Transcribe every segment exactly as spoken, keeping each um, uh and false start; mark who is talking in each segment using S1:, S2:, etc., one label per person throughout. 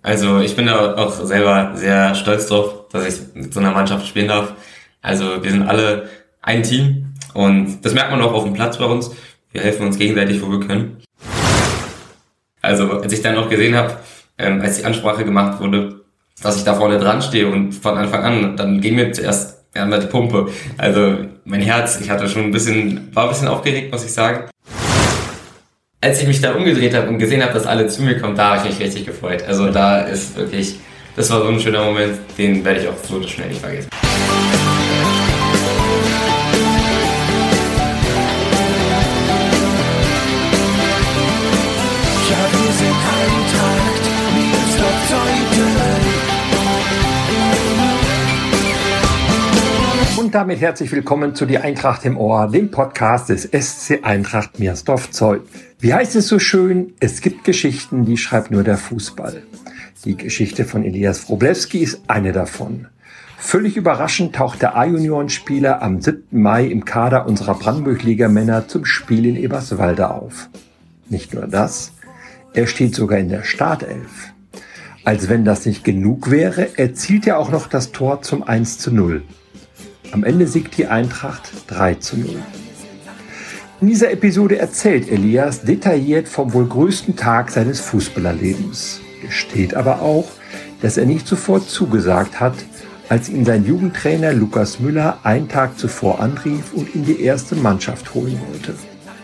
S1: Also ich bin da auch selber sehr stolz drauf, dass ich mit so einer Mannschaft spielen darf. Also wir sind alle ein Team und das merkt man auch auf dem Platz bei uns. Wir helfen uns gegenseitig, wo wir können. Also als ich dann auch gesehen habe, ähm, als die Ansprache gemacht wurde, dass ich da vorne dran stehe und von Anfang an, dann ging mir zuerst einmal die Pumpe. Also mein Herz, ich hatte schon ein bisschen, war ein bisschen aufgeregt, muss ich sagen. Als ich mich da umgedreht habe und gesehen habe, dass alle zu mir kommen, da habe ich mich richtig gefreut. Also da ist wirklich, das war so ein schöner Moment, den werde ich auch so schnell nicht vergessen.
S2: Und damit herzlich willkommen zu Die Eintracht im Ohr, dem Podcast des S C Eintracht Meersdorf-Zeuthen. Wie heißt es so schön? Es gibt Geschichten, die schreibt nur der Fußball. Die Geschichte von Elias Wróblewski ist eine davon. Völlig überraschend taucht der A-Junioren-Spieler am siebten Mai im Kader unserer Brandenburg-Liga-Männer zum Spiel in Eberswalde auf. Nicht nur das, er steht sogar in der Startelf. Als wenn das nicht genug wäre, erzielt er auch noch das Tor zum eins zu null. Am Ende siegt die Eintracht drei zu null. In dieser Episode erzählt Elias detailliert vom wohl größten Tag seines Fußballerlebens. Gesteht aber auch, dass er nicht sofort zugesagt hat, als ihn sein Jugendtrainer Lukas Müller einen Tag zuvor anrief und ihn die erste Mannschaft holen wollte.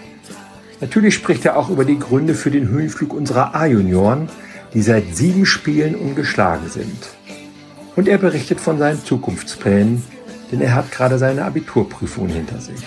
S2: Natürlich spricht er auch über die Gründe für den Höhenflug unserer A-Junioren, die seit sieben Spielen ungeschlagen sind. Und er berichtet von seinen Zukunftsplänen, denn er hat gerade seine Abiturprüfung hinter sich.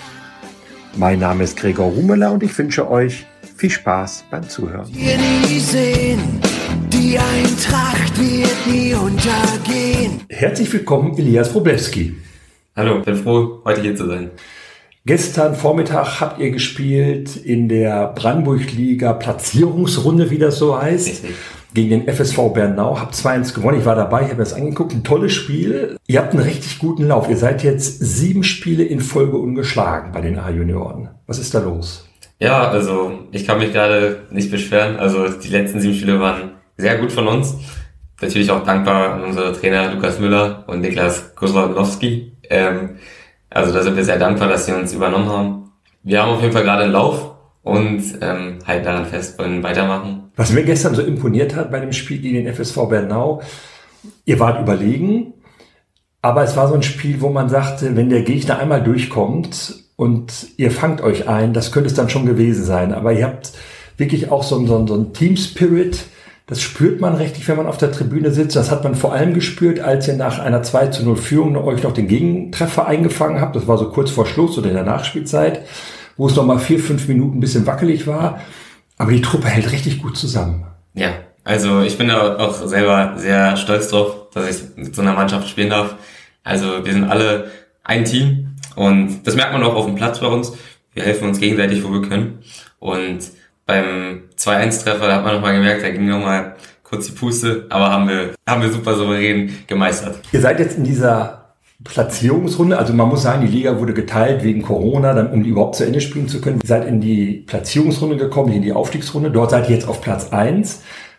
S2: Mein Name ist Gregor Rumeler und ich wünsche euch viel Spaß beim Zuhören.
S3: Wir nie sehen, die Eintracht wird nie untergehen.
S2: Herzlich willkommen, Elias Wróblewski.
S1: Hallo, bin froh, heute hier zu sein.
S2: Gestern Vormittag habt ihr gespielt in der Brandenburg-Liga Platzierungsrunde, wie das so heißt.
S1: Richtig.
S2: Gegen den F S V Bernau, habt zwei eins gewonnen, ich war dabei, ich habe das angeguckt, ein tolles Spiel. Ihr habt einen richtig guten Lauf, ihr seid jetzt sieben Spiele in Folge ungeschlagen bei den A-Junioren. Was ist da los?
S1: Ja, also ich kann mich gerade nicht beschweren, also die letzten sieben Spiele waren sehr gut von uns. Natürlich auch dankbar an unsere Trainer Lukas Müller und Niklas Kozłowski. Ähm, also da sind wir sehr dankbar, dass sie uns übernommen haben. Wir haben auf jeden Fall gerade einen Lauf und ähm, halten daran fest, wollen weitermachen.
S2: Was mir gestern so imponiert hat bei dem Spiel gegen den F S V Bernau, ihr wart überlegen, aber es war so ein Spiel, wo man sagte, wenn der Gegner einmal durchkommt und ihr fangt euch ein, das könnte es dann schon gewesen sein. Aber ihr habt wirklich auch so, so, so einen Team-Spirit, das spürt man richtig, wenn man auf der Tribüne sitzt. Das hat man vor allem gespürt, als ihr nach einer zwei zu null Führung euch noch den Gegentreffer eingefangen habt. Das war so kurz vor Schluss oder in der Nachspielzeit, wo es noch mal vier, fünf Minuten ein bisschen wackelig war. Aber die Truppe hält richtig gut zusammen.
S1: Ja, also ich bin da auch selber sehr stolz drauf, dass ich mit so einer Mannschaft spielen darf. Also wir sind alle ein Team und das merkt man auch auf dem Platz bei uns. Wir helfen uns gegenseitig, wo wir können. Und beim zwei eins Treffer, da hat man nochmal gemerkt, da ging nochmal kurz die Puste, aber haben wir, haben wir super souverän gemeistert.
S2: Ihr seid jetzt in dieser Platzierungsrunde, also man muss sagen, die Liga wurde geteilt wegen Corona, dann, um die überhaupt zu Ende spielen zu können. Ihr seid in die Platzierungsrunde gekommen, in die Aufstiegsrunde. Dort seid ihr jetzt auf Platz eins.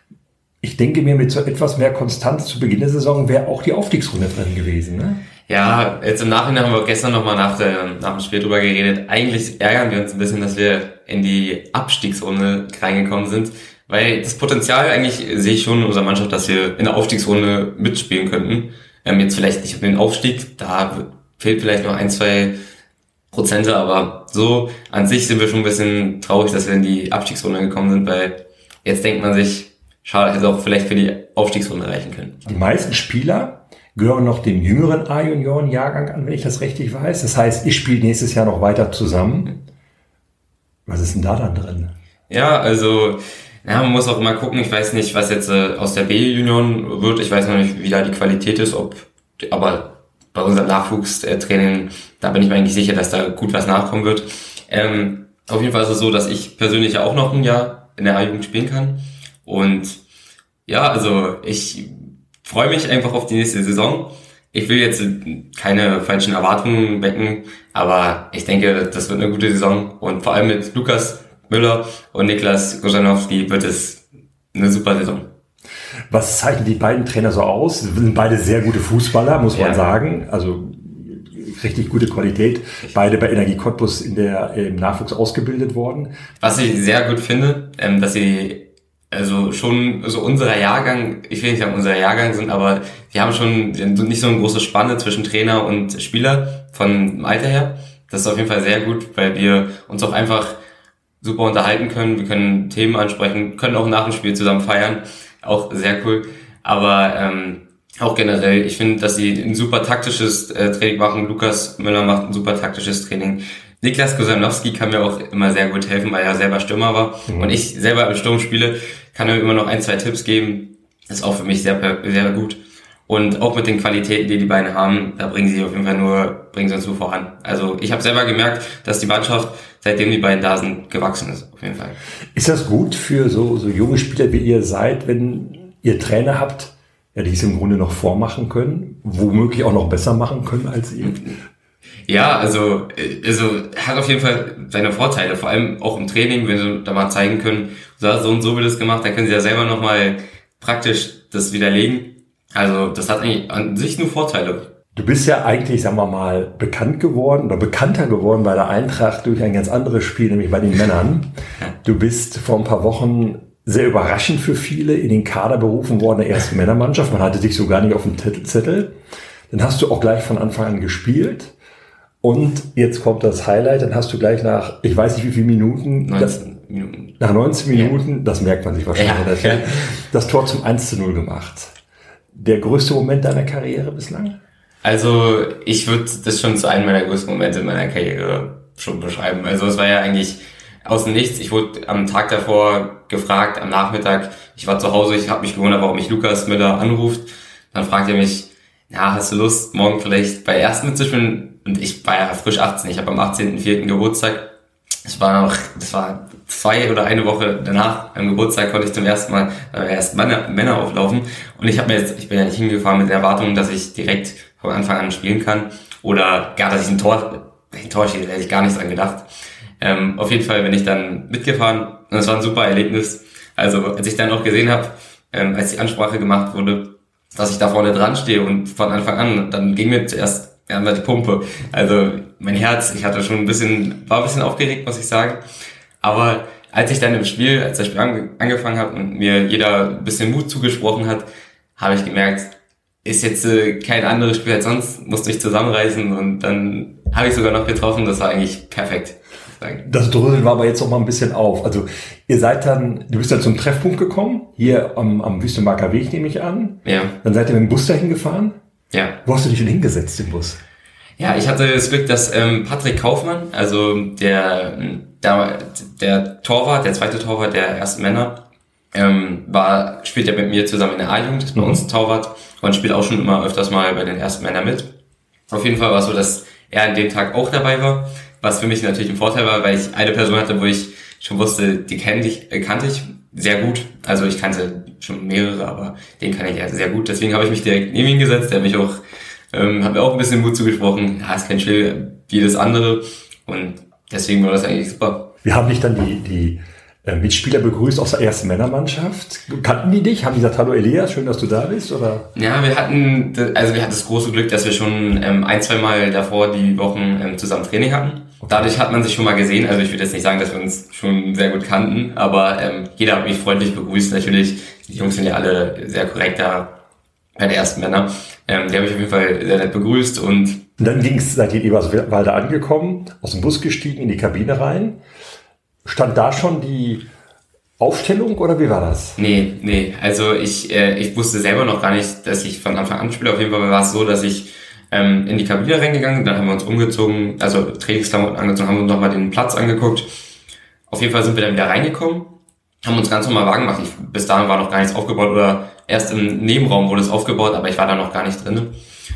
S2: Ich denke mir, mit so etwas mehr Konstanz zu Beginn der Saison wäre auch die Aufstiegsrunde drin gewesen, ne?
S1: Ja, jetzt im Nachhinein haben wir gestern nochmal nach, der, nach dem Spiel drüber geredet. Eigentlich ärgern wir uns ein bisschen, dass wir in die Abstiegsrunde reingekommen sind, weil das Potenzial eigentlich sehe ich schon in unserer Mannschaft, dass wir in der Aufstiegsrunde mitspielen könnten. Ähm, jetzt vielleicht nicht um den Aufstieg, da fehlt vielleicht noch ein, zwei Prozente, aber so an sich sind wir schon ein bisschen traurig, dass wir in die Abstiegsrunde gekommen sind, weil jetzt denkt man sich, schade, hätte auch vielleicht für die Aufstiegsrunde reichen können.
S2: Die meisten Spieler gehören noch dem jüngeren A-Junioren-Jahrgang an, wenn ich das richtig weiß. Das heißt, ihr spielt nächstes Jahr noch weiter zusammen. Was ist denn da dann drin?
S1: Ja, also ja, man muss auch immer gucken, ich weiß nicht, was jetzt äh, aus der B-Junioren wird, ich weiß noch nicht, wie da die Qualität ist, ob, aber bei unserem Nachwuchstraining, da bin ich mir eigentlich sicher, dass da gut was nachkommen wird. Ähm, auf jeden Fall ist es so, dass ich persönlich ja auch noch ein Jahr in der A-Jugend spielen kann und ja, also ich freue mich einfach auf die nächste Saison. Ich will jetzt keine falschen Erwartungen wecken, aber ich denke, das wird eine gute Saison und vor allem mit Lukas Müller und Niklas Kozłowski wird es eine super Saison.
S2: Was zeichnen die beiden Trainer so aus? Sie sind beide sehr gute Fußballer, muss man ja. sagen. Also richtig gute Qualität. Beide bei Energie Cottbus in der, im Nachwuchs ausgebildet worden.
S1: Was ich sehr gut finde, ähm, dass sie also schon so unserer Jahrgang, ich will nicht sagen unser Jahrgang sind, aber die haben schon nicht so eine große Spanne zwischen Trainer und Spieler von dem Alter her. Das ist auf jeden Fall sehr gut, weil wir uns auch einfach super unterhalten können. Wir können Themen ansprechen, können auch nach dem Spiel zusammen feiern. Auch sehr cool. Aber ähm, auch generell, ich finde, dass sie ein super taktisches äh, Training machen. Lukas Müller macht ein super taktisches Training. Niklas Kosanowski kann mir auch immer sehr gut helfen, weil er selber Stürmer war. Mhm. Und ich selber im Sturm spiele, kann mir immer noch ein, zwei Tipps geben. Das ist auch für mich sehr, sehr gut. Und auch mit den Qualitäten, die die beiden haben, da bringen sie auf jeden Fall nur, bringen sie uns nur voran. Also ich habe selber gemerkt, dass die Mannschaft, seitdem die beiden da sind, gewachsen ist, auf jeden Fall.
S2: Ist das gut für so, so junge Spieler, wie ihr seid, wenn ihr Trainer habt, ja, die es im Grunde noch vormachen können, womöglich auch noch besser machen können als ihr?
S1: Ja, also, also hat auf jeden Fall seine Vorteile, vor allem auch im Training, wenn sie da mal zeigen können, so und so wird es gemacht, dann können sie ja selber nochmal praktisch das widerlegen. Also das hat eigentlich an sich nur Vorteile.
S2: Du bist ja eigentlich, sagen wir mal, bekannt geworden oder bekannter geworden bei der Eintracht durch ein ganz anderes Spiel, nämlich bei den Männern. Du bist vor ein paar Wochen sehr überraschend für viele in den Kader berufen worden der ersten Männermannschaft. Man hatte dich so gar nicht auf dem Zettel. Dann hast du auch gleich von Anfang an gespielt. Und jetzt kommt das Highlight, dann hast du gleich nach, ich weiß nicht wie viele Minuten,
S1: neunzehn
S2: das,
S1: Minuten.
S2: Nach neunzehn Minuten, ja. Das merkt man sich wahrscheinlich,
S1: ja, ja.
S2: das Tor zum eins zu null gemacht. Der größte Moment deiner Karriere bislang?
S1: Also ich würde das schon zu einem meiner größten Momente in meiner Karriere schon beschreiben. Also es war ja eigentlich aus dem Nichts. Ich wurde am Tag davor gefragt, am Nachmittag, ich war zu Hause, ich habe mich gewundert, warum mich Lukas Müller anruft. Dann fragt er mich, ja, hast du Lust, morgen vielleicht bei Ersten mitzuspielen? Und ich war ja frisch achtzehn, ich habe am achtzehnten vierten Geburtstag. Es war noch, das war zwei oder eine Woche danach, am Geburtstag konnte ich zum ersten Mal äh, erst Männer, Männer auflaufen. Und ich habe mir jetzt, ich bin ja nicht hingefahren mit der Erwartung, dass ich direkt von Anfang an spielen kann. Oder gar, dass ich ein Tor, ein Tor schieße, da hätte ich gar nicht dran gedacht. Ähm, auf jeden Fall bin ich dann mitgefahren und es war ein super Erlebnis. Also als ich dann auch gesehen habe, ähm, als die Ansprache gemacht wurde, dass ich da vorne dran stehe und von Anfang an, dann ging mir zuerst ja, die Pumpe. Also mein Herz, ich hatte schon ein bisschen, war ein bisschen aufgeregt, muss ich sagen. Aber als ich dann im Spiel, als das Spiel ange- angefangen hat und mir jeder ein bisschen Mut zugesprochen hat, habe ich gemerkt, ist jetzt äh, kein anderes Spiel als sonst, musste ich zusammenreißen und dann habe ich sogar noch getroffen, das war eigentlich perfekt.
S2: Das Dröseln war aber jetzt noch mal ein bisschen auf. Also ihr seid dann, du bist dann zum Treffpunkt gekommen, hier am, am Wüstenmarker Weg nehme ich an.
S1: Ja.
S2: Dann seid ihr mit dem Bus dahin gefahren.
S1: Ja.
S2: Wo hast du dich denn hingesetzt im Bus?
S1: Ja, ich hatte das Glück, dass ähm, Patrick Kaufmann, also der, der der Torwart, der zweite Torwart der ersten Männer, ähm, war spielt ja mit mir zusammen in der A-Jugend, ist bei mhm. uns ein Torwart und spielt auch schon immer öfters mal bei den ersten Männern mit. Auf jeden Fall war es so, dass er an dem Tag auch dabei war, was für mich natürlich ein Vorteil war, weil ich eine Person hatte, wo ich schon wusste, die kannte ich, äh, kannte ich sehr gut. Also ich kannte schon mehrere, aber den kann ich ja sehr gut. Deswegen habe ich mich direkt neben ihn gesetzt. Der hat mich auch, ähm, hat mir auch ein bisschen Mut zugesprochen. Ja, ist kein Spiel wie das andere. Und deswegen war das eigentlich super.
S2: Wir haben dich dann die, die äh, Mitspieler begrüßt aus der ersten Männermannschaft. Kannten die dich? Haben die gesagt, hallo Elias, schön, dass du da bist? Oder?
S1: Ja, wir hatten, also wir hatten das große Glück, dass wir schon ähm, ein, zwei Mal davor die Wochen ähm, zusammen Training hatten. Dadurch hat man sich schon mal gesehen, also ich würde jetzt nicht sagen, dass wir uns schon sehr gut kannten, aber ähm, jeder hat mich freundlich begrüßt, natürlich. Die Jungs sind ja alle sehr korrekt da bei der ersten Männer. Ähm, die habe ich auf jeden Fall sehr nett begrüßt und...
S2: Und dann ging es, seid ihr in Eberswalde angekommen, aus dem Bus gestiegen, in die Kabine rein. Stand da schon die Aufstellung oder wie war das?
S1: Nee, nee, also ich, äh, ich wusste selber noch gar nicht, dass ich von Anfang an spiele. Auf jeden Fall war es so, dass ich ähm, in die Kabine reingegangen bin, dann haben wir uns umgezogen, also Trainingsklamotten angezogen, haben uns nochmal den Platz angeguckt. Auf jeden Fall sind wir dann wieder reingekommen, haben uns ganz normal warm gemacht. Ich, bis dahin war noch gar nichts aufgebaut oder erst im Nebenraum wurde es aufgebaut, aber ich war da noch gar nicht drin.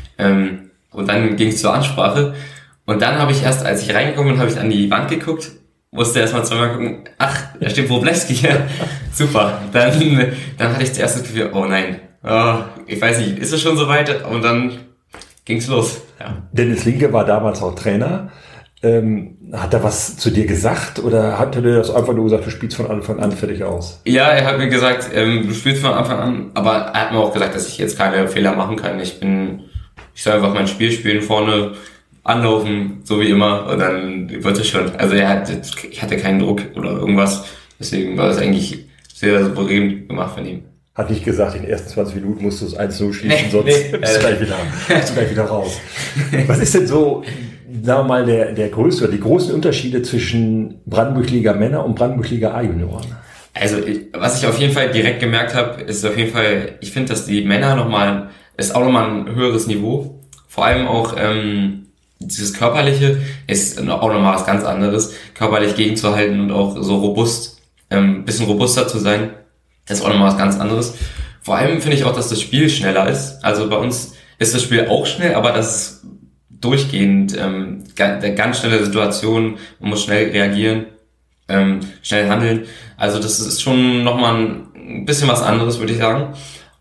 S1: Ähm, und dann ging es zur Ansprache und dann habe ich erst, als ich reingekommen bin, habe ich an die Wand geguckt, musste erstmal zweimal gucken, ach, da steht Wroblewski hier. Super. Dann, dann hatte ich zuerst das Gefühl, oh nein, oh, ich weiß nicht, ist es schon soweit? Und dann ging's los. Ja.
S2: Dennis Linke war damals auch Trainer. Ähm, hat er was zu dir gesagt oder hat er dir das einfach nur gesagt, du spielst von Anfang an fertig aus?
S1: Ja, er hat mir gesagt, ähm, du spielst von Anfang an, aber er hat mir auch gesagt, dass ich jetzt keine Fehler machen kann. Ich bin, ich soll einfach mein Spiel spielen, vorne anlaufen, so wie immer, und dann wird es schon. Also er hat, ich hatte keinen Druck oder irgendwas, deswegen war das eigentlich sehr souverän gemacht von ihm.
S2: Hat nicht gesagt, in den ersten zwanzig Minuten musst du es eins null schießen,
S1: Nee,
S2: sonst
S1: nee,
S2: bist, du gleich wieder, bist du gleich wieder raus. Was ist denn so, sagen wir mal, der, der größte oder die großen Unterschiede zwischen Brandenburg-Liga Männer und Brandenburg-Liga A-Junioren?
S1: Also, was ich auf jeden Fall direkt gemerkt habe, ist auf jeden Fall, ich finde, dass die Männer nochmal, ist auch nochmal ein höheres Niveau. Vor allem auch, ähm, dieses Körperliche ist auch nochmal was ganz anderes, körperlich gegenzuhalten und auch so robust, ähm, bisschen robuster zu sein. Das ist auch nochmal was ganz anderes. Vor allem finde ich auch, dass das Spiel schneller ist. Also bei uns ist das Spiel auch schnell, aber das ist durchgehend, ähm, ganz schnelle Situation, man muss schnell reagieren, ähm, schnell handeln. Also das ist schon nochmal ein bisschen was anderes, würde ich sagen.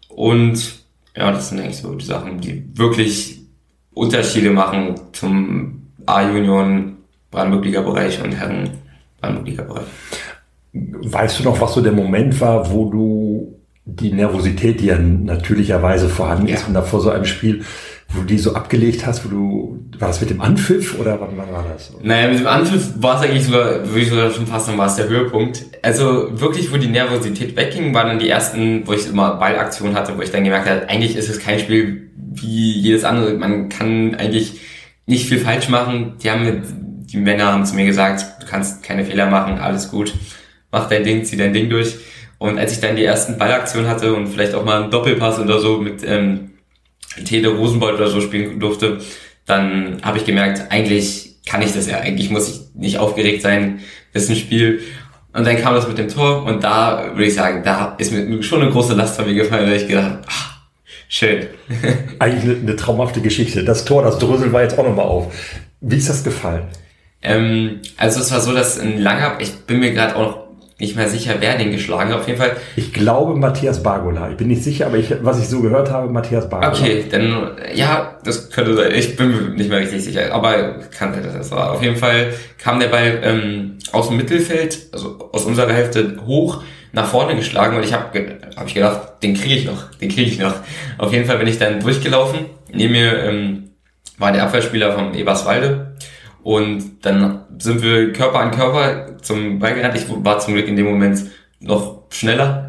S1: Und ja, das sind eigentlich so die Sachen, die wirklich Unterschiede machen zum A-Junioren, Brandenburg-Liga-Bereich und Herren-Brandenburg-Liga-Bereich.
S2: Weißt du noch, was so der Moment war, wo du die Nervosität, die ja natürlicherweise vorhanden ist,
S1: Ja.
S2: und davor so einem Spiel, wo du die so abgelegt hast, wo du, war das mit dem Anpfiff oder wann, wann war das?
S1: Naja, mit dem Anpfiff war es eigentlich sogar, würde ich sogar schon fast sagen, war es der Höhepunkt. Also wirklich, wo die Nervosität wegging, waren dann die ersten, wo ich immer Ballaktionen hatte, wo ich dann gemerkt habe, eigentlich ist es kein Spiel wie jedes andere. Man kann eigentlich nicht viel falsch machen. Die haben mit, die Männer haben zu mir gesagt, du kannst keine Fehler machen, alles gut. Mach dein Ding, zieh dein Ding durch. Und als ich dann die ersten Ballaktionen hatte und vielleicht auch mal einen Doppelpass oder so mit ähm, Tede Rosenbold oder so spielen durfte, dann habe ich gemerkt, eigentlich kann ich das ja, eigentlich muss ich nicht aufgeregt sein, das ist ein Spiel. Und dann kam das mit dem Tor und da würde ich sagen, da ist mir schon eine große Last von mir gefallen, weil ich gedacht habe, ach, schön.
S2: Eigentlich eine, eine traumhafte Geschichte. Das Tor, das Drösel war jetzt auch nochmal auf. Wie ist das gefallen?
S1: Ähm, also es war so, dass ein langer, ich bin mir gerade auch noch nicht mehr sicher, wer den geschlagen hat. Auf jeden Fall.
S2: Ich glaube Matthias Bargola. Ich bin nicht sicher, aber ich, was ich so gehört habe, Matthias Bargola.
S1: Okay, dann, ja, das könnte sein. Ich bin mir nicht mehr richtig sicher, aber kann sein, dass das war. Auf jeden Fall kam der Ball ähm, aus dem Mittelfeld, also aus unserer Hälfte hoch, nach vorne geschlagen und ich habe hab ich gedacht, den kriege ich noch, den kriege ich noch. Auf jeden Fall bin ich dann durchgelaufen. Neben mir ähm, war der Abwehrspieler von Eberswalde. Und dann sind wir Körper an Körper zum Ball gerannt. Ich war zum Glück in dem Moment noch schneller.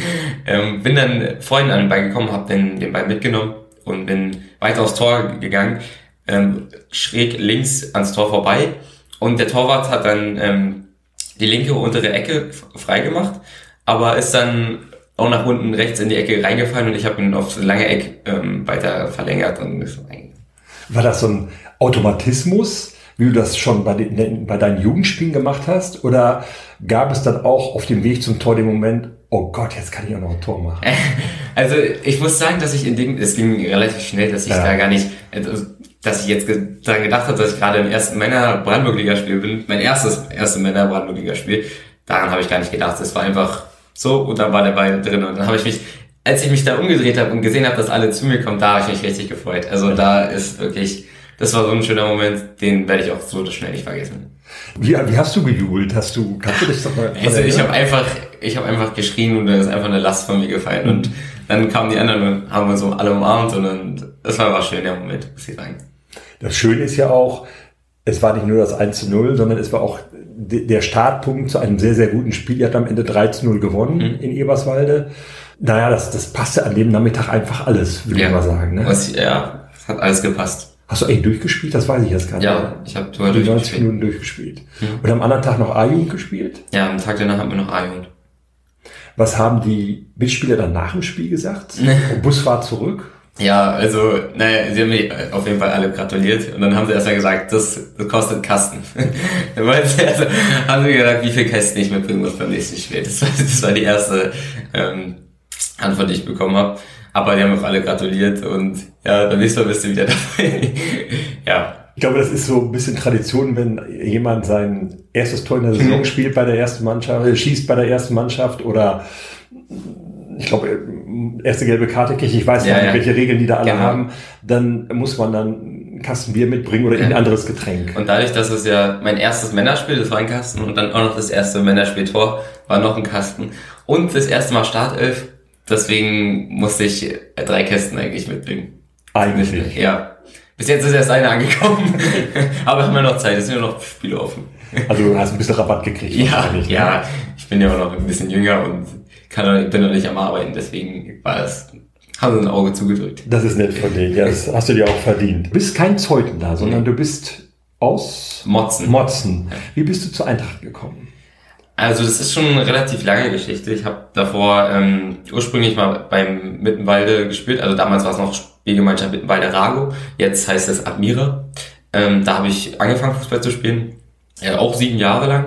S1: ähm, bin dann vorhin an den Ball gekommen, habe den, den Ball mitgenommen und bin weiter aufs Tor gegangen, ähm, schräg links ans Tor vorbei. Und der Torwart hat dann ähm, die linke untere Ecke freigemacht, aber ist dann auch nach unten rechts in die Ecke reingefallen und ich habe ihn aufs lange Eck ähm, weiter verlängert. Und ist
S2: war das so ein Automatismus, wie du das schon bei, den, bei deinen Jugendspielen gemacht hast? Oder gab es dann auch auf dem Weg zum Tor den Moment, oh Gott, jetzt kann ich auch noch ein Tor machen?
S1: Also ich muss sagen, dass ich in dem, es ging relativ schnell, dass ich ja. da gar nicht, dass ich jetzt daran gedacht habe, dass ich gerade im ersten Männer-Brandenburg-Liga-Spiel bin, mein erstes erste Männer-Brandenburg-Liga-Spiel. Daran habe ich gar nicht gedacht. Es war einfach so und dann war der Ball drin und dann habe ich mich, als ich mich da umgedreht habe und gesehen habe, dass alle zu mir kommen, da habe ich mich richtig gefreut. Also da ist wirklich, das war so ein schöner Moment, den werde ich auch so schnell nicht vergessen.
S2: Wie, wie hast du gejubelt? Hast du, kannst du dich doch mal...
S1: Also ich habe einfach, ich habe einfach geschrien und da ist einfach eine Last von mir gefallen und dann kamen die anderen und haben uns so alle umarmt und dann, das war aber schön, der Moment, muss ich sagen.
S2: Das Schöne ist ja auch, es war nicht nur das eins zu null, sondern es war auch der Startpunkt zu einem sehr, sehr guten Spiel. Ihr habt am Ende drei zu null gewonnen mhm. in Eberswalde. Naja, das, das passte an dem Nachmittag einfach alles, würde
S1: ja.
S2: ich mal sagen. Ne?
S1: Was, ja, es hat alles gepasst.
S2: Hast du eigentlich durchgespielt? Das weiß ich jetzt gar nicht.
S1: Ja, ich habe sogar durchgespielt.
S2: neunzig Minuten durchgespielt. Mhm. Und am anderen Tag noch A-Jugend gespielt?
S1: Ja, am Tag danach haben wir noch A-Jugend.
S2: Was haben die Mitspieler dann nach dem Spiel gesagt? Busfahrt zurück?
S1: Ja, also, naja, sie haben mir auf jeden Fall alle gratuliert und dann haben sie erstmal gesagt, das, das kostet Kasten. Dann also, haben sie gesagt, wie viel Kästen ich mitbringen muss beim nächsten Spiel. Das war, das war die erste ähm, Antwort, die ich bekommen habe. Aber die haben auch alle gratuliert und ja, beim nächsten Mal bist du wieder dabei. Ja.
S2: Ich glaube, das ist so ein bisschen Tradition, wenn jemand sein erstes Tor in der Saison spielt bei der ersten Mannschaft, schießt bei der ersten Mannschaft oder ich glaube, erste gelbe Karte kriegt, ich weiß ja, nicht, ja. welche Regeln die da alle genau. haben, dann muss man dann einen Kasten Bier mitbringen oder ja. ein anderes Getränk.
S1: Und dadurch, dass es ja mein erstes Männerspiel, das war ein Kasten, und dann auch noch das erste Männerspieltor, war noch ein Kasten. Und das erste Mal Startelf, deswegen musste ich drei Kästen eigentlich mitbringen.
S2: Eigentlich?
S1: Ja. Bis jetzt ist erst eine angekommen. Aber haben wir noch Zeit, es sind ja noch Spiele offen.
S2: Also du hast ein bisschen Rabatt gekriegt.
S1: Ja, ne? Ja, ich bin ja auch noch ein bisschen jünger und kann, bin noch nicht am Arbeiten, deswegen war das, haben wir ein Auge zugedrückt.
S2: Das ist nett von dir, ja, das hast du dir auch verdient. Du bist kein Zeuthen da, sondern du bist aus
S1: Motzen.
S2: Motzen. Wie bist du zur Eintracht gekommen?
S1: Also das ist schon eine relativ lange Geschichte. Ich habe davor ähm, ursprünglich mal beim Mittenwalde gespielt. Also damals war es noch Spielgemeinschaft Mittenwalde Rago. Jetzt heißt es Admira. Ähm, da habe ich angefangen, Fußball zu spielen. Ja, auch sieben Jahre lang.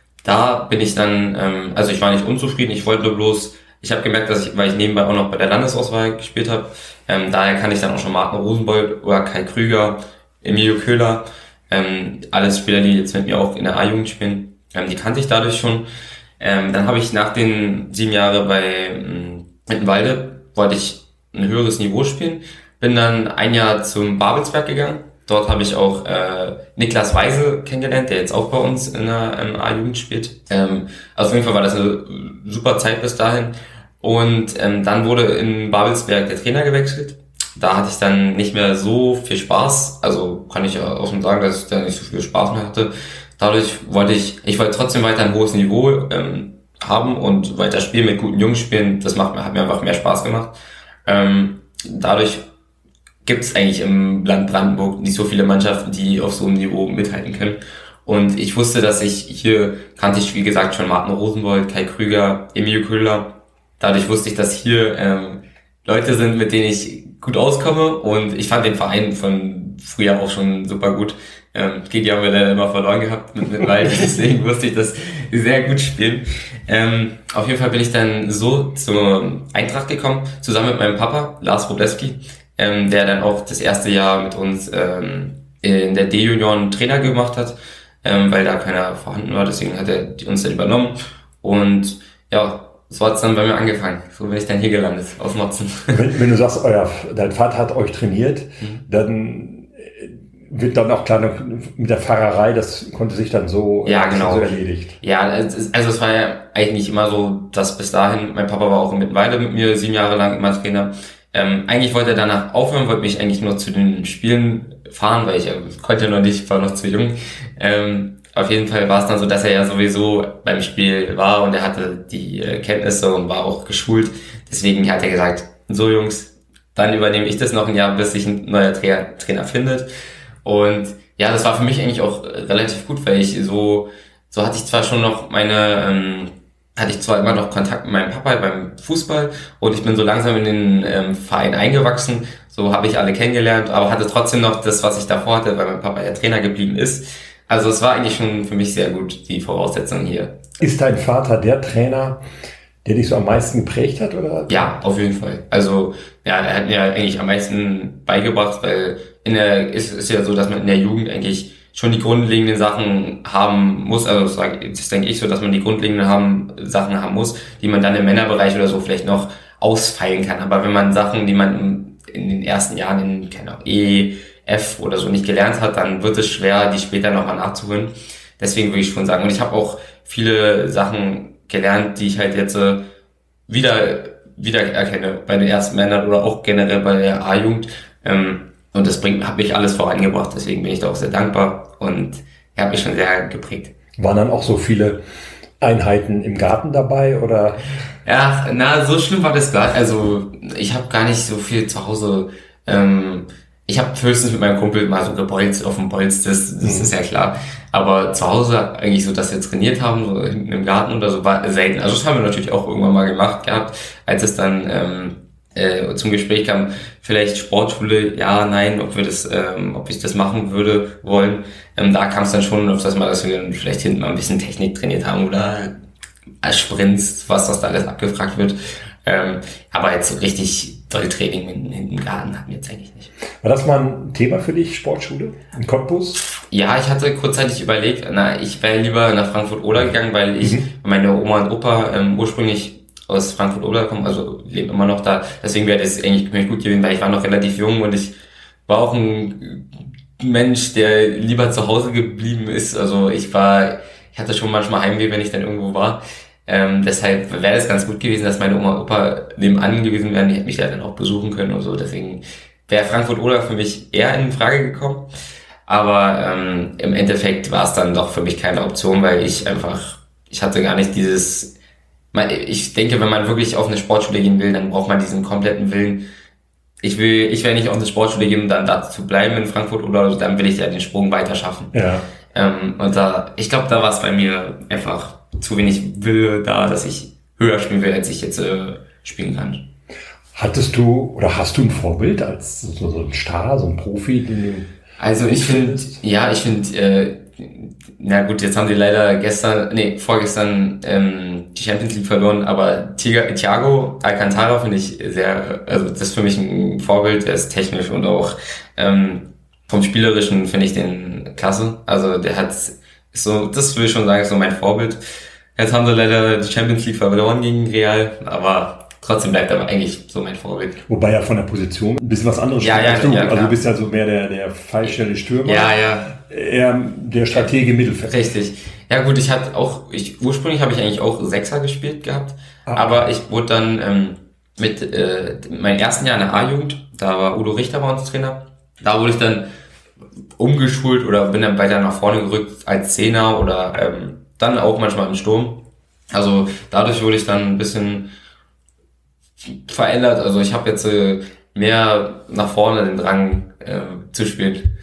S1: Da bin ich dann, ähm, also ich war nicht unzufrieden. Ich wollte nur bloß, ich habe gemerkt, dass ich, weil ich nebenbei auch noch bei der Landesauswahl gespielt habe, ähm, daher kann ich dann auch schon Martin Rosenbold oder Kai Krüger, Emilio Köhler, ähm, alles Spieler, die jetzt mit mir auch in der A-Jugend spielen. Ähm, die kannte ich dadurch schon. Ähm, dann habe ich nach den sieben Jahren bei ähm, Mittenwalde, wollte ich ein höheres Niveau spielen. Bin dann ein Jahr zum Babelsberg gegangen. Dort habe ich auch äh, Niklas Weise kennengelernt, der jetzt auch bei uns in der ähm, A-Jugend spielt. Ähm, also auf jeden Fall war das eine super Zeit bis dahin. Und ähm, dann wurde in Babelsberg der Trainer gewechselt. Da hatte ich dann nicht mehr so viel Spaß. Also kann ich auch schon sagen, dass ich da nicht so viel Spaß mehr hatte. Dadurch wollte ich, ich wollte trotzdem weiter ein hohes Niveau ähm, haben und weiter spielen, mit guten Jungs spielen. Das macht mir, hat mir einfach mehr Spaß gemacht. Ähm, dadurch gibt es eigentlich im Land Brandenburg nicht so viele Mannschaften, die auf so einem Niveau mithalten können. Und ich wusste, dass ich hier, kannte ich wie gesagt schon Martin Rosenbold, Kai Krüger, Emilio Köhler. Dadurch wusste ich, dass hier ähm, Leute sind, mit denen ich gut auskomme. Und ich fand den Verein von früher auch schon super gut. Ähm, gegen die haben wir leider immer verloren gehabt mit, mit Wald, deswegen wusste ich, dass die sehr gut spielen. Ähm, auf jeden Fall bin ich dann so zur Eintracht gekommen, zusammen mit meinem Papa, Lars Wroblewski, ähm, der dann auch das erste Jahr mit uns ähm, in der D-Junioren Trainer gemacht hat, ähm, weil da keiner vorhanden war, deswegen hat er uns dann übernommen. Und ja, so hat es dann bei mir angefangen. So bin ich dann hier gelandet, aus Motzen.
S2: Wenn, wenn du sagst, euer, dein Vater hat euch trainiert, mhm. dann wird dann auch klar mit der Fahrerei, das konnte sich dann so,
S1: ja, genau.
S2: so erledigt.
S1: Ja, also es war ja eigentlich nicht immer so, dass bis dahin, mein Papa war auch in Mittenwalde mit mir, sieben Jahre lang immer Trainer. Ähm, eigentlich wollte er danach aufhören, wollte mich eigentlich nur zu den Spielen fahren, weil ich äh, konnte noch nicht, war noch zu jung. Ähm, auf jeden Fall war es dann so, dass er ja sowieso beim Spiel war und er hatte die äh, Kenntnisse und war auch geschult. Deswegen hat er gesagt, so Jungs, dann übernehme ich das noch ein Jahr, bis sich ein neuer Trainer, Trainer findet. Und ja, das war für mich eigentlich auch relativ gut, weil ich so, so hatte ich zwar schon noch meine, ähm, hatte ich zwar immer noch Kontakt mit meinem Papa beim Fußball und ich bin so langsam in den ähm, Verein eingewachsen, so habe ich alle kennengelernt, aber hatte trotzdem noch das, was ich davor hatte, weil mein Papa ja Trainer geblieben ist. Also es war eigentlich schon für mich sehr gut, die Voraussetzungen hier.
S2: Ist dein Vater der Trainer, der dich so am meisten geprägt hat, oder?
S1: Ja, auf jeden Fall. Also, ja, er hat mir eigentlich am meisten beigebracht, weil in der, ist, ist ja so, dass man in der Jugend eigentlich schon die grundlegenden Sachen haben muss, also das, sag, das denke ich so, dass man die grundlegenden haben, Sachen haben muss, die man dann im Männerbereich oder so vielleicht noch ausfeilen kann. Aber wenn man Sachen, die man in den ersten Jahren in, keine Ahnung, E, F oder so nicht gelernt hat, dann wird es schwer, die später nochmal nachzuholen. Deswegen würde ich schon sagen. Und ich habe auch viele Sachen gelernt, die ich halt jetzt äh, wieder wieder erkenne bei den ersten Männern oder auch generell bei der A-Jugend. Ähm, und das bringt, hat mich alles vorangebracht. Deswegen bin ich da auch sehr dankbar und er hat mich schon sehr geprägt.
S2: Waren dann auch so viele Einheiten im Garten dabei, oder?
S1: Ja, na, so schlimm war das gar nicht. Also ich habe gar nicht so viel zu Hause. Ähm, ich habe höchstens mit meinem Kumpel mal so gebolzt auf dem Bolz, das, das mhm. ist ja klar. Aber zu Hause eigentlich so, dass wir trainiert haben, so hinten im Garten oder so, war selten. Also das haben wir natürlich auch irgendwann mal gemacht gehabt, als es dann ähm, äh, zum Gespräch kam, vielleicht Sportschule, ja, nein, ob wir das, ähm, ob ich das machen würde, wollen. Ähm, da kam es dann schon auf das mal, dass wir dann vielleicht hinten mal ein bisschen Technik trainiert haben oder als Sprints, was das da alles abgefragt wird. Ähm, aber jetzt so richtig doll Training in, in im Garten hatten wir jetzt eigentlich nicht.
S2: War das mal ein Thema für dich, Sportschule in Cottbus?
S1: Ja, ich hatte kurzzeitig überlegt, na, ich wäre lieber nach Frankfurt-Oder gegangen, weil ich,
S2: Mhm.
S1: meine Oma und Opa ähm, ursprünglich aus Frankfurt-Oder kommen, also leben immer noch da. Deswegen wäre das eigentlich für mich gut gewesen, weil ich war noch relativ jung und ich war auch ein Mensch, der lieber zu Hause geblieben ist. Also ich war, ich hatte schon manchmal Heimweh, wenn ich dann irgendwo war. Ähm, deshalb wäre es ganz gut gewesen, dass meine Oma und Opa nebenan gewesen wären. Die hätten mich ja dann auch besuchen können und so. Deswegen wäre Frankfurt-Oder für mich eher in Frage gekommen. Aber ähm, im Endeffekt war es dann doch für mich keine Option, weil ich einfach, ich hatte gar nicht dieses, ich denke, wenn man wirklich auf eine Sportschule gehen will, dann braucht man diesen kompletten Willen. Ich will, ich will nicht auf eine Sportschule gehen, um dann da zu bleiben in Frankfurt oder so, dann will ich ja den Sprung weiter schaffen.
S2: Ja.
S1: Ähm, und da, ich glaube, da war es bei mir einfach zu wenig Wille da, dass ich höher spielen will, als ich jetzt äh, spielen kann.
S2: Hattest du oder hast du ein Vorbild als so, so ein Star, so ein Profi, den du
S1: Also ich finde, ja, ich finde, äh, na gut, jetzt haben die leider gestern, nee, vorgestern ähm, die Champions League verloren, aber Thiago Alcantara finde ich sehr, also das ist für mich ein Vorbild, der ist technisch und auch ähm, vom Spielerischen finde ich den klasse. Also der hat, ist so, das will ich schon sagen, ist so mein Vorbild. Jetzt haben sie leider die Champions League verloren gegen Real, aber trotzdem bleibt er eigentlich so mein Vorbild.
S2: Wobei ja von der Position ein bisschen was anderes
S1: ja, ja,
S2: als du.
S1: Ja,
S2: also du bist ja so mehr der, der Pfeilstelle Stürmer.
S1: Ja, ja.
S2: Eher der Stratege im Mittelfeld.
S1: Richtig. Ja gut, ich hatte auch, ich ursprünglich habe ich eigentlich auch Sechser gespielt gehabt, ah. aber ich wurde dann ähm, mit äh, meinem ersten Jahr in der A-Jugend, da war Udo Richter bei uns Trainer, da wurde ich dann umgeschult oder bin dann weiter nach vorne gerückt als Zehner oder ähm, dann auch manchmal im Sturm. Also dadurch wurde ich dann ein bisschen verändert. Also ich habe jetzt äh, mehr nach vorne den Drang äh, zu spielen.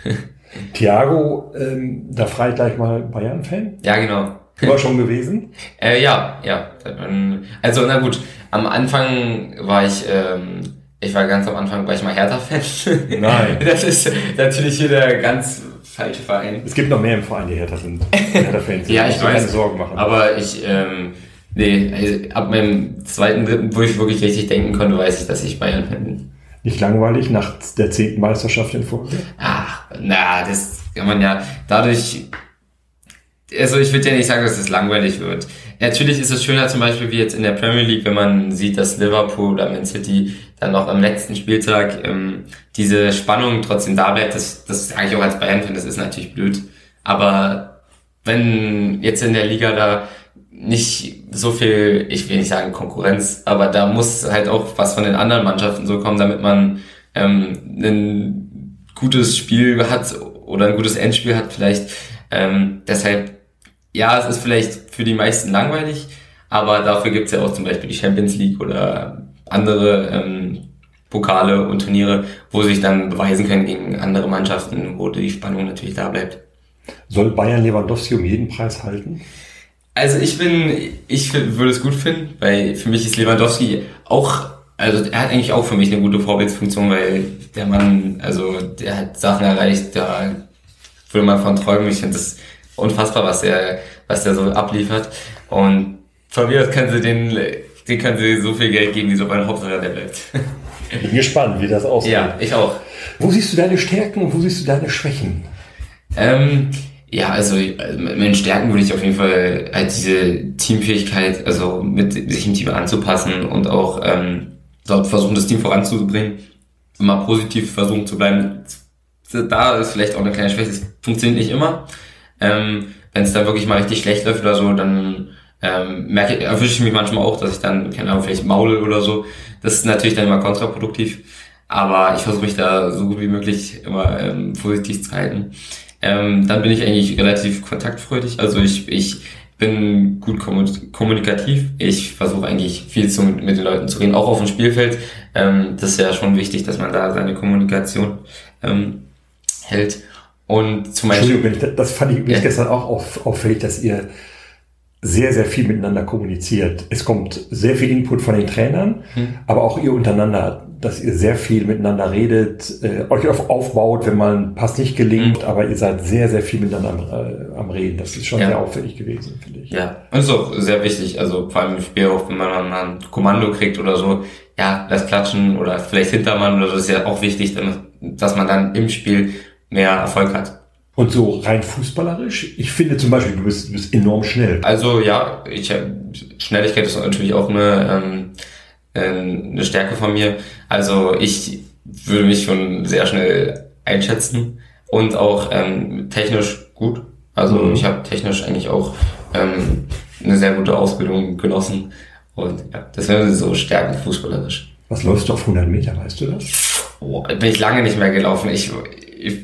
S2: Thiago, ähm, da frage ich gleich mal Bayern-Fan.
S1: Ja, genau.
S2: Du warst schon gewesen?
S1: äh, ja, ja. Also na gut, am Anfang war ich, ähm, ich war ganz am Anfang, war ich mal Hertha-Fan.
S2: Nein.
S1: Das ist natürlich hier der ganz falsche Verein.
S2: Es gibt noch mehr im Verein, die Hertha sind. Hertha-Fans sind.
S1: Ja, ich weiß.
S2: Keine Sorgen machen.
S1: Aber ich, ähm, nee, also ab meinem zweiten, dritten, wo ich wirklich richtig denken konnte, weiß ich, dass ich Bayern-Fan bin.
S2: Nicht langweilig nach der zehnten Meisterschaft in Folge?
S1: Ach, na, das kann man ja dadurch, also ich würde ja nicht sagen, dass es langweilig wird. Natürlich ist es schöner zum Beispiel wie jetzt in der Premier League, wenn man sieht, dass Liverpool oder Man City dann noch am letzten Spieltag ähm, diese Spannung trotzdem da bleibt. Das, das sage ich auch als Bayern-Fan, das ist natürlich blöd. Aber wenn jetzt in der Liga da nicht so viel, ich will nicht sagen Konkurrenz, aber da muss halt auch was von den anderen Mannschaften so kommen, damit man ähm, ein gutes Spiel hat oder ein gutes Endspiel hat vielleicht. Ähm, deshalb, ja, es ist vielleicht für die meisten langweilig, aber dafür gibt's ja auch zum Beispiel die Champions League oder andere ähm, Pokale und Turniere, wo sie sich dann beweisen können gegen andere Mannschaften, wo die Spannung natürlich da bleibt.
S2: Soll Bayern Lewandowski um jeden Preis halten?
S1: Also ich bin, ich würde es gut finden, weil für mich ist Lewandowski auch, also er hat eigentlich auch für mich eine gute Vorbildsfunktion, weil der Mann, also der hat Sachen erreicht, da würde man von träumen. Ich finde das unfassbar, was der, was der so abliefert. Und von mir aus können sie den, den können sie so viel Geld geben, wie so bei Hauptsache der bleibt.
S2: Ich bin gespannt, wie das aussieht.
S1: Ja, ich auch.
S2: Wo siehst du deine Stärken und wo siehst du deine Schwächen?
S1: Ähm, Ja, also mit meinen Stärken würde ich auf jeden Fall halt diese Teamfähigkeit, also mit sich im Team anzupassen und auch ähm, dort versuchen, das Team voranzubringen, immer positiv versuchen zu bleiben. Da ist vielleicht auch eine kleine Schwäche, es funktioniert nicht immer. Ähm, wenn es dann wirklich mal richtig schlecht läuft oder so, dann ähm, merke ich, erwische ich mich manchmal auch, dass ich dann, keine Ahnung, vielleicht maule oder so. Das ist natürlich dann immer kontraproduktiv, aber ich versuche mich da so gut wie möglich immer ähm, positiv zu halten. Ähm, dann bin ich eigentlich relativ kontaktfreudig. Also ich, ich bin gut kommunikativ. Ich versuche eigentlich viel zu, mit den Leuten zu reden, auch auf dem Spielfeld. Ähm, das ist ja schon wichtig, dass man da seine Kommunikation ähm, hält. Und zum Beispiel,
S2: Entschuldigung, das fand ich ja. gestern auch auf, auffällig, dass ihr sehr, sehr viel miteinander kommuniziert. Es kommt sehr viel Input von den Trainern, hm. aber auch ihr untereinander, dass ihr sehr viel miteinander redet, äh, euch aufbaut, wenn mal ein Pass nicht gelingt, hm. aber ihr seid sehr, sehr viel miteinander am, äh, am Reden. Das ist schon ja. sehr auffällig gewesen, finde ich.
S1: Ja, und ist auch sehr wichtig, also vor allem im Spiel auch, wenn man mal ein Kommando kriegt oder so, ja, das Klatschen oder vielleicht Hintermann oder so, ist ja auch wichtig, dass man dann im Spiel mehr Erfolg hat.
S2: Und so rein fußballerisch? Ich finde zum Beispiel, du bist, du bist enorm schnell.
S1: Also ja, ich Schnelligkeit ist natürlich auch eine, ähm, eine Stärke von mir. Also ich würde mich schon sehr schnell einschätzen und auch ähm, technisch gut. Also mhm. ich habe technisch eigentlich auch ähm, eine sehr gute Ausbildung genossen und ja, das wäre so Stärken fußballerisch.
S2: Was läufst du auf hundert Meter, weißt du das?
S1: Oh, bin ich lange nicht mehr gelaufen. Ich, ich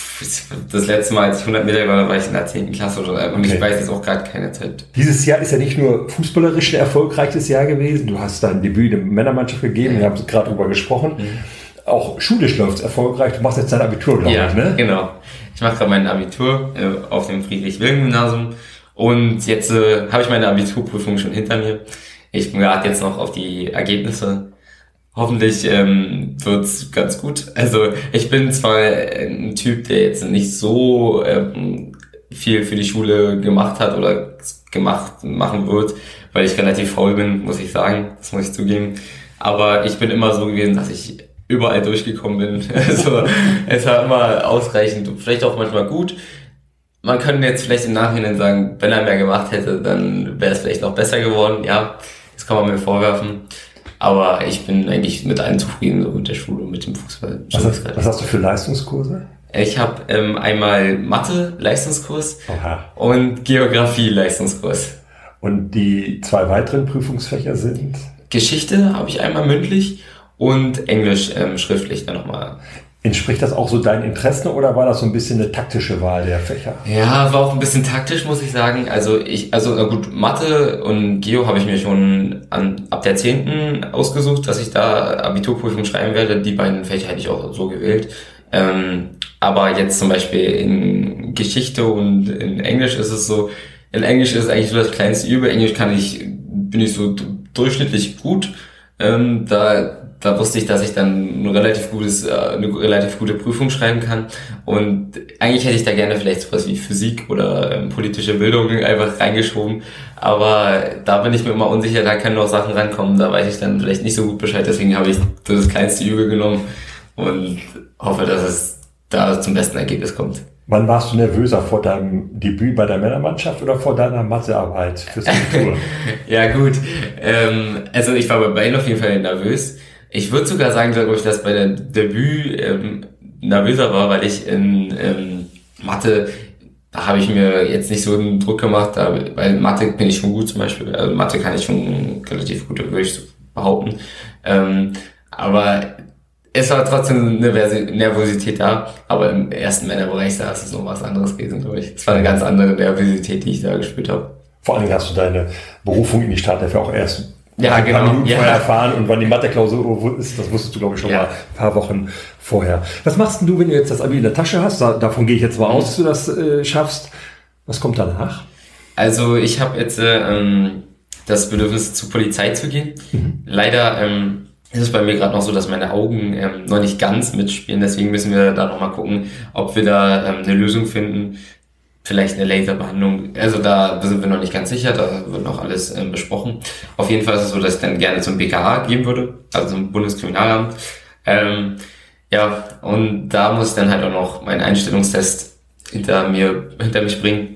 S1: das letzte Mal, als ich hundert Meter war, war ich in der zehnten Klasse oder, und okay. Ich weiß jetzt auch gerade keine Zeit.
S2: Dieses Jahr ist ja nicht nur fußballerisch ein erfolgreiches Jahr gewesen. Du hast dein Debüt in der Männermannschaft gegeben, wir haben gerade drüber gesprochen. Mhm. Auch schulisch läuft es erfolgreich. Du machst jetzt dein Abitur, glaube
S1: ja,
S2: ich, ne?
S1: Genau. Ich mache gerade mein Abitur äh, auf dem Friedrich-Wilhelm-Gymnasium und jetzt äh, habe ich meine Abiturprüfung schon hinter mir. Ich warte jetzt noch auf die Ergebnisse. Hoffentlich ähm, wird's ganz gut. Also ich bin zwar ein Typ, der jetzt nicht so ähm, viel für die Schule gemacht hat oder gemacht machen wird, weil ich relativ faul bin, muss ich sagen. Das muss ich zugeben. Aber ich bin immer so gewesen, dass ich überall durchgekommen bin. Also es war immer ausreichend, vielleicht auch manchmal gut. Man könnte jetzt vielleicht im Nachhinein sagen, wenn er mehr gemacht hätte, dann wäre es vielleicht noch besser geworden. Ja, das kann man mir vorwerfen. Aber ich bin eigentlich mit allen zufrieden, so mit der Schule und mit dem Fußball.
S2: Was hast, was hast du für Leistungskurse?
S1: Ich habe ähm, einmal Mathe-Leistungskurs Aha. und Geografie-Leistungskurs.
S2: Und die zwei weiteren Prüfungsfächer sind?
S1: Geschichte habe ich einmal mündlich und Englisch ähm, schriftlich dann nochmal.
S2: Entspricht das auch so deinen Interessen oder war das so ein bisschen eine taktische Wahl der Fächer?
S1: Ja, war auch ein bisschen taktisch, muss ich sagen. Also ich, also na gut, Mathe und Geo habe ich mir schon an, ab der zehnten ausgesucht, dass ich da Abiturprüfung schreiben werde. Die beiden Fächer hätte ich auch so gewählt. Ähm, aber jetzt zum Beispiel in Geschichte und in Englisch ist es so, in Englisch ist es eigentlich so das kleinste Übel. Englisch kann ich, bin ich so durchschnittlich gut. Ähm, da Da wusste ich, dass ich dann ein relativ gutes, eine relativ gute Prüfung schreiben kann. Und eigentlich hätte ich da gerne vielleicht sowas wie Physik oder ähm, politische Bildung einfach reingeschoben. Aber da bin ich mir immer unsicher, da können noch Sachen rankommen, da weiß ich dann vielleicht nicht so gut Bescheid. Deswegen habe ich das kleinste Übel genommen und hoffe, dass es da zum besten Ergebnis kommt.
S2: Wann warst du nervöser, vor deinem Debüt bei der Männermannschaft oder vor deiner Mathearbeit fürs Abitur?
S1: Ja gut, ähm, also ich war bei beiden auf jeden Fall nervös. Ich würde sogar sagen, glaube ich, dass bei der Debüt ähm, nervöser war, weil ich in ähm, Mathe, da habe ich mir jetzt nicht so einen Druck gemacht, da, weil Mathe bin ich schon gut zum Beispiel, also Mathe kann ich schon relativ gut, würde ich so behaupten. Ähm, aber es war trotzdem eine Nervosität da, aber im ersten Männerbereich da ist es noch was anderes gewesen, glaube ich. Es war eine ganz andere Nervosität, die ich da gespürt habe.
S2: Vor allem hast du deine Berufung in die Starthilfe auch erst
S1: Ja,
S2: ein
S1: genau.
S2: paar Minuten
S1: ja.
S2: vorher erfahren und wann die Mathe-Klausur ist, das wusstest du, glaube ich, schon ja. mal ein paar Wochen vorher. Was machst denn du, wenn du jetzt das Abi in der Tasche hast? Da, davon gehe ich jetzt mal aus, dass du das äh, schaffst. Was kommt danach?
S1: Also ich habe jetzt äh, das Bedürfnis, zur Polizei zu gehen. Mhm. Leider ähm, ist es bei mir gerade noch so, dass meine Augen ähm, noch nicht ganz mitspielen. Deswegen müssen wir da nochmal gucken, ob wir da ähm, eine Lösung finden. Vielleicht eine Laserbehandlung, also da sind wir noch nicht ganz sicher, da wird noch alles ähm, besprochen. Auf jeden Fall ist es so, dass ich dann gerne zum B K A gehen würde, also zum Bundeskriminalamt. Ähm, ja, und da muss ich dann halt auch noch meinen Einstellungstest hinter mir, hinter mich bringen.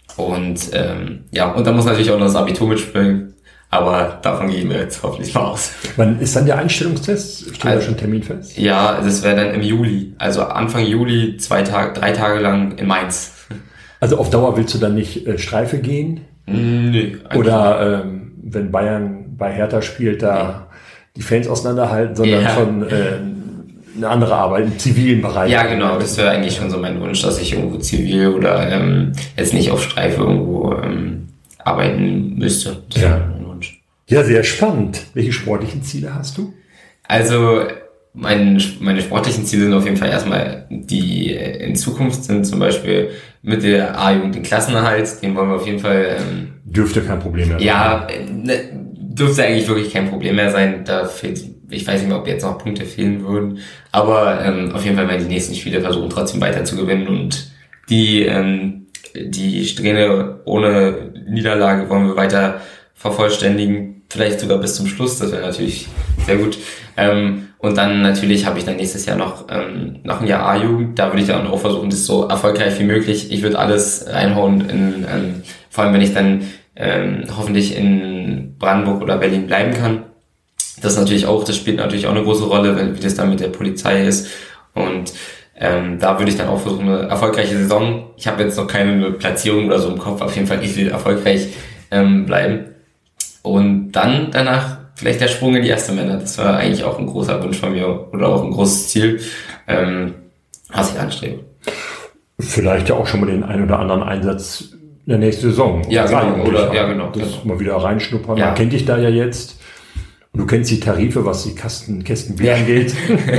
S1: Und ähm, ja, und da muss natürlich auch noch das Abitur mitspielen, aber davon gehen wir jetzt hoffentlich mal aus.
S2: Wann ist dann der Einstellungstest? Steht also, da schon ein Termin fest?
S1: Ja, das wäre dann im Juli, also Anfang Juli, zwei Tage, drei Tage lang in Mainz.
S2: Also auf Dauer willst du dann nicht äh, Streife gehen?
S1: Nee.
S2: Oder ähm, wenn Bayern bei Hertha spielt, da ja. die Fans auseinanderhalten, sondern ja. schon äh, eine andere Arbeit im zivilen Bereich.
S1: Ja, genau. Das wäre eigentlich schon so mein Wunsch, dass ich irgendwo zivil oder ähm, jetzt nicht auf Streife irgendwo ähm, arbeiten müsste. Das
S2: ja.
S1: wäre mein Wunsch.
S2: Ja, sehr spannend. Welche sportlichen Ziele hast du?
S1: Also Mein, meine sportlichen Ziele sind auf jeden Fall erstmal, die in Zukunft sind zum Beispiel mit der A-Jugend den Klassenerhalt, den wollen wir auf jeden Fall... Ähm,
S2: dürfte kein Problem mehr sein.
S1: Ja, ne, dürfte eigentlich wirklich kein Problem mehr sein. Da fehlt, ich weiß nicht mehr, ob jetzt noch Punkte fehlen würden, aber ähm, auf jeden Fall werden die nächsten Spiele versuchen, trotzdem weiter zu gewinnen und die, ähm, die Strähne ohne Niederlage wollen wir weiter vervollständigen, vielleicht sogar bis zum Schluss, das wäre natürlich sehr gut. Ähm, und dann natürlich habe ich dann nächstes Jahr noch ähm, noch ein Jahr A-Jugend, da würde ich dann auch versuchen, das so erfolgreich wie möglich, ich würde alles reinhauen, in, ähm, vor allem wenn ich dann ähm, hoffentlich in Brandenburg oder Berlin bleiben kann. Das ist natürlich auch, das spielt natürlich auch eine große Rolle, wie das dann mit der Polizei ist und Ähm, da würde ich dann auch versuchen, eine erfolgreiche Saison. Ich habe jetzt noch keine Platzierung oder so im Kopf, auf jeden Fall, ich will erfolgreich ähm, bleiben. Und dann danach vielleicht der Sprung in die erste Männer. Das war eigentlich auch ein großer Wunsch von mir oder auch ein großes Ziel, ähm, was ich anstrebe.
S2: Vielleicht ja auch schon mal den einen oder anderen Einsatz in der nächsten Saison.
S1: Ja, genau. Oder, ja, genau.
S2: Das
S1: genau.
S2: mal wieder reinschnuppern.
S1: Ja.
S2: Man kennt dich da ja jetzt. Und du kennst die Tarife, was die Kasten, Kästen Bier angeht.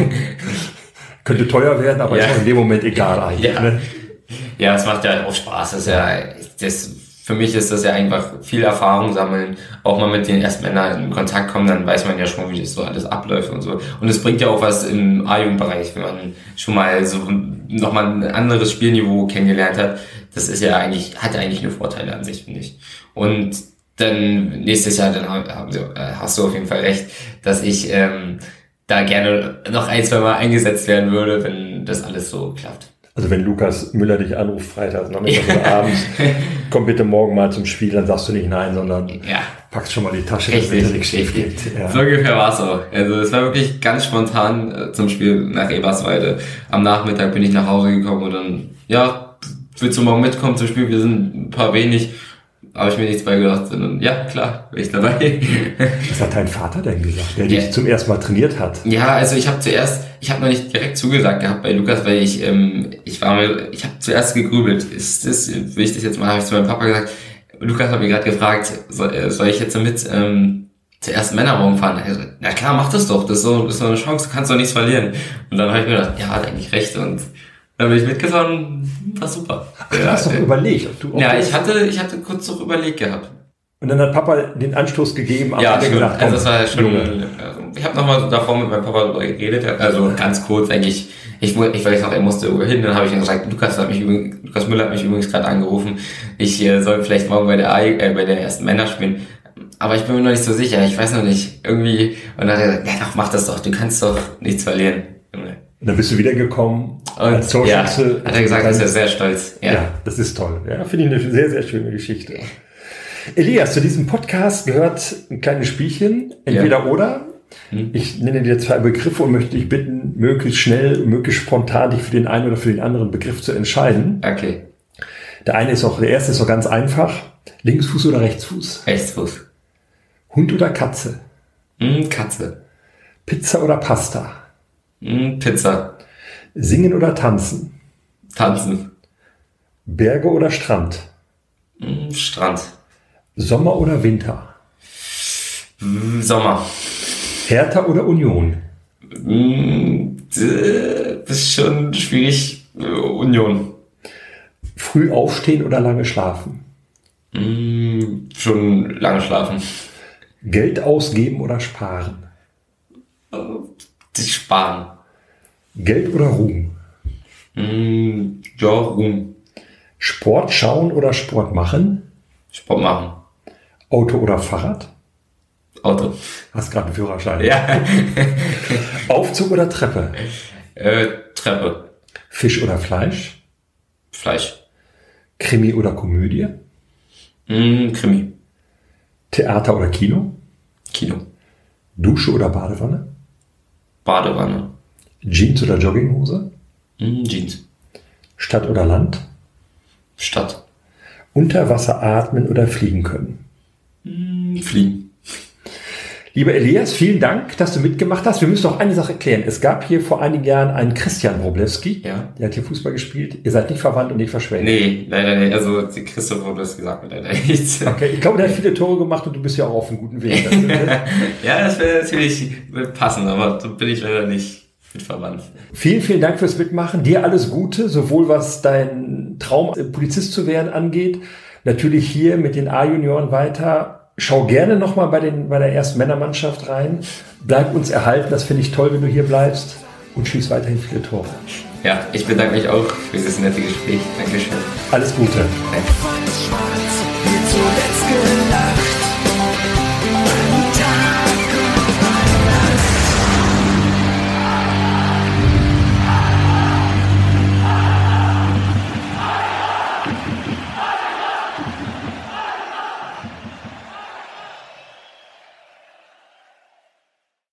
S2: Könnte teuer werden, aber
S1: ja.
S2: ist auch in dem Moment egal eigentlich.
S1: Ja,
S2: ne?
S1: ja, es macht ja auch Spaß. Das ist ja, das, für mich ist das ja einfach viel Erfahrung sammeln. Auch mal mit den Erstmännern in Kontakt kommen, dann weiß man ja schon, wie das so alles abläuft und so. Und es bringt ja auch was im A-Jugendbereich, wenn man schon mal so nochmal ein anderes Spielniveau kennengelernt hat. Das ist ja eigentlich, hat ja eigentlich nur Vorteile an sich, finde ich. Und dann nächstes Jahr, dann haben sie, hast du auf jeden Fall recht, dass ich ähm, da gerne noch ein, zwei Mal eingesetzt werden würde, wenn das alles so klappt.
S2: Also wenn Lukas Müller dich anruft, freitags, nachmittags oder abends, komm bitte morgen mal zum Spiel, dann sagst du nicht nein, sondern
S1: ja.
S2: packst schon mal die Tasche,
S1: richtig,
S2: dass es nichts schief geht.
S1: Ja. So ungefähr war es auch. Also es war wirklich ganz spontan äh, zum Spiel nach Eberswalde. Am Nachmittag bin ich nach Hause gekommen und dann, ja, willst du morgen mitkommen zum Spiel? Wir sind ein paar wenig. Habe ich mir nichts bei gedacht, sondern ja, klar, bin ich dabei.
S2: Was hat dein Vater denn gesagt, der dich ja. zum ersten Mal trainiert hat?
S1: Ja, also ich habe zuerst, ich habe noch nicht direkt zugesagt gehabt bei Lukas, weil ich, ähm, ich war mir, ich habe zuerst gegrübelt. Ist das, will ich das jetzt mal, habe ich zu meinem Papa gesagt. Lukas hat mich gerade gefragt, soll, soll ich jetzt mit ähm, zur ersten Männerraum fahren? Also, na klar, mach das doch, das ist so, das ist so eine Chance, du kannst doch nichts verlieren. Und dann habe ich mir gedacht, ja, hat eigentlich recht und dann bin ich mitgefahren, war super.
S2: Ach, du hast doch äh, überlegt. Ob du, ob
S1: ja, ich hatte, ich hatte kurz noch überlegt gehabt.
S2: Und dann hat Papa den Anstoß gegeben. Aber
S1: ja, schon.
S2: Gedacht, komm,
S1: also das war schon.
S2: Junge.
S1: Also ich habe nochmal davor mit meinem Papa darüber geredet. Also ganz kurz eigentlich. Ich, ich weiß noch, er musste irgendwo hin. Dann habe ich ihm gesagt, Lukas hat mich übrigens, Lukas Müller hat mich übrigens gerade angerufen. Ich äh, soll vielleicht morgen bei der A, äh, bei der ersten Männer spielen. Aber ich bin mir noch nicht so sicher. Ich weiß noch nicht. Irgendwie. Und dann hat er gesagt, ja doch, mach das doch. Du kannst doch nichts verlieren.
S2: Und dann bist du wiedergekommen
S1: als Torschütze. Ja, hat er gesagt, ist er sehr stolz. Ja,
S2: ja, das ist toll. Ja, finde ich eine sehr, sehr schöne Geschichte. Elias, zu diesem Podcast gehört ein kleines Spielchen, entweder ja. oder. Hm. Ich nenne dir zwei Begriffe und möchte dich bitten, möglichst schnell, möglichst spontan dich für den einen oder für den anderen Begriff zu entscheiden.
S1: Okay.
S2: Der eine ist auch, der erste ist auch ganz einfach. Linksfuß oder Rechtsfuß?
S1: Rechtsfuß.
S2: Hund oder Katze?
S1: Hm, Katze.
S2: Pizza oder Pasta?
S1: Pizza.
S2: Singen oder tanzen?
S1: Tanzen.
S2: Berge oder Strand?
S1: Strand.
S2: Sommer oder Winter?
S1: Sommer.
S2: Hertha oder Union?
S1: Das ist schon schwierig. Union.
S2: Früh aufstehen oder lange schlafen?
S1: Schon lange schlafen.
S2: Geld ausgeben oder sparen?
S1: Sich sparen.
S2: Geld oder Ruhm?
S1: Mm, ja, Ruhm.
S2: Sport schauen oder Sport machen?
S1: Sport machen.
S2: Auto oder Fahrrad?
S1: Auto.
S2: Hast gerade einen Führerschein.
S1: Ja.
S2: Aufzug oder Treppe?
S1: Äh, Treppe.
S2: Fisch oder Fleisch?
S1: Fleisch.
S2: Krimi oder Komödie?
S1: Mm, Krimi.
S2: Theater oder Kino?
S1: Kino.
S2: Dusche oder Badewanne?
S1: Badewanne.
S2: Jeans oder Jogginghose?
S1: Mm, Jeans.
S2: Stadt oder Land?
S1: Stadt.
S2: Unter Wasser atmen oder fliegen können?
S1: Mm, fliegen.
S2: Lieber Elias, vielen Dank, dass du mitgemacht hast. Wir müssen noch eine Sache klären. Es gab hier vor einigen Jahren einen Christian Wroblewski.
S1: Ja.
S2: Der hat hier Fußball gespielt. Ihr seid nicht verwandt und nicht verschwägert.
S1: Nee, leider nicht. Also Christoph Wroblewski sagt mir leider nichts.
S2: Okay, ich glaube, der hat viele Tore gemacht und du bist ja auch auf einem guten Weg.
S1: Ja, das wäre natürlich passend, aber da bin ich leider nicht mit verwandt.
S2: Vielen, vielen Dank fürs Mitmachen. Dir alles Gute, sowohl was dein Traum, Polizist zu werden, angeht. Natürlich hier mit den A-Junioren weiter. Schau gerne nochmal bei, den, bei der ersten Männermannschaft rein. Bleib uns erhalten, das finde ich toll, wenn du hier bleibst. Und schieß weiterhin viele Tore.
S1: Ja, ich bedanke mich auch für dieses nette Gespräch. Dankeschön.
S2: Alles Gute.
S3: Schwarz, wird zuletzt gelacht.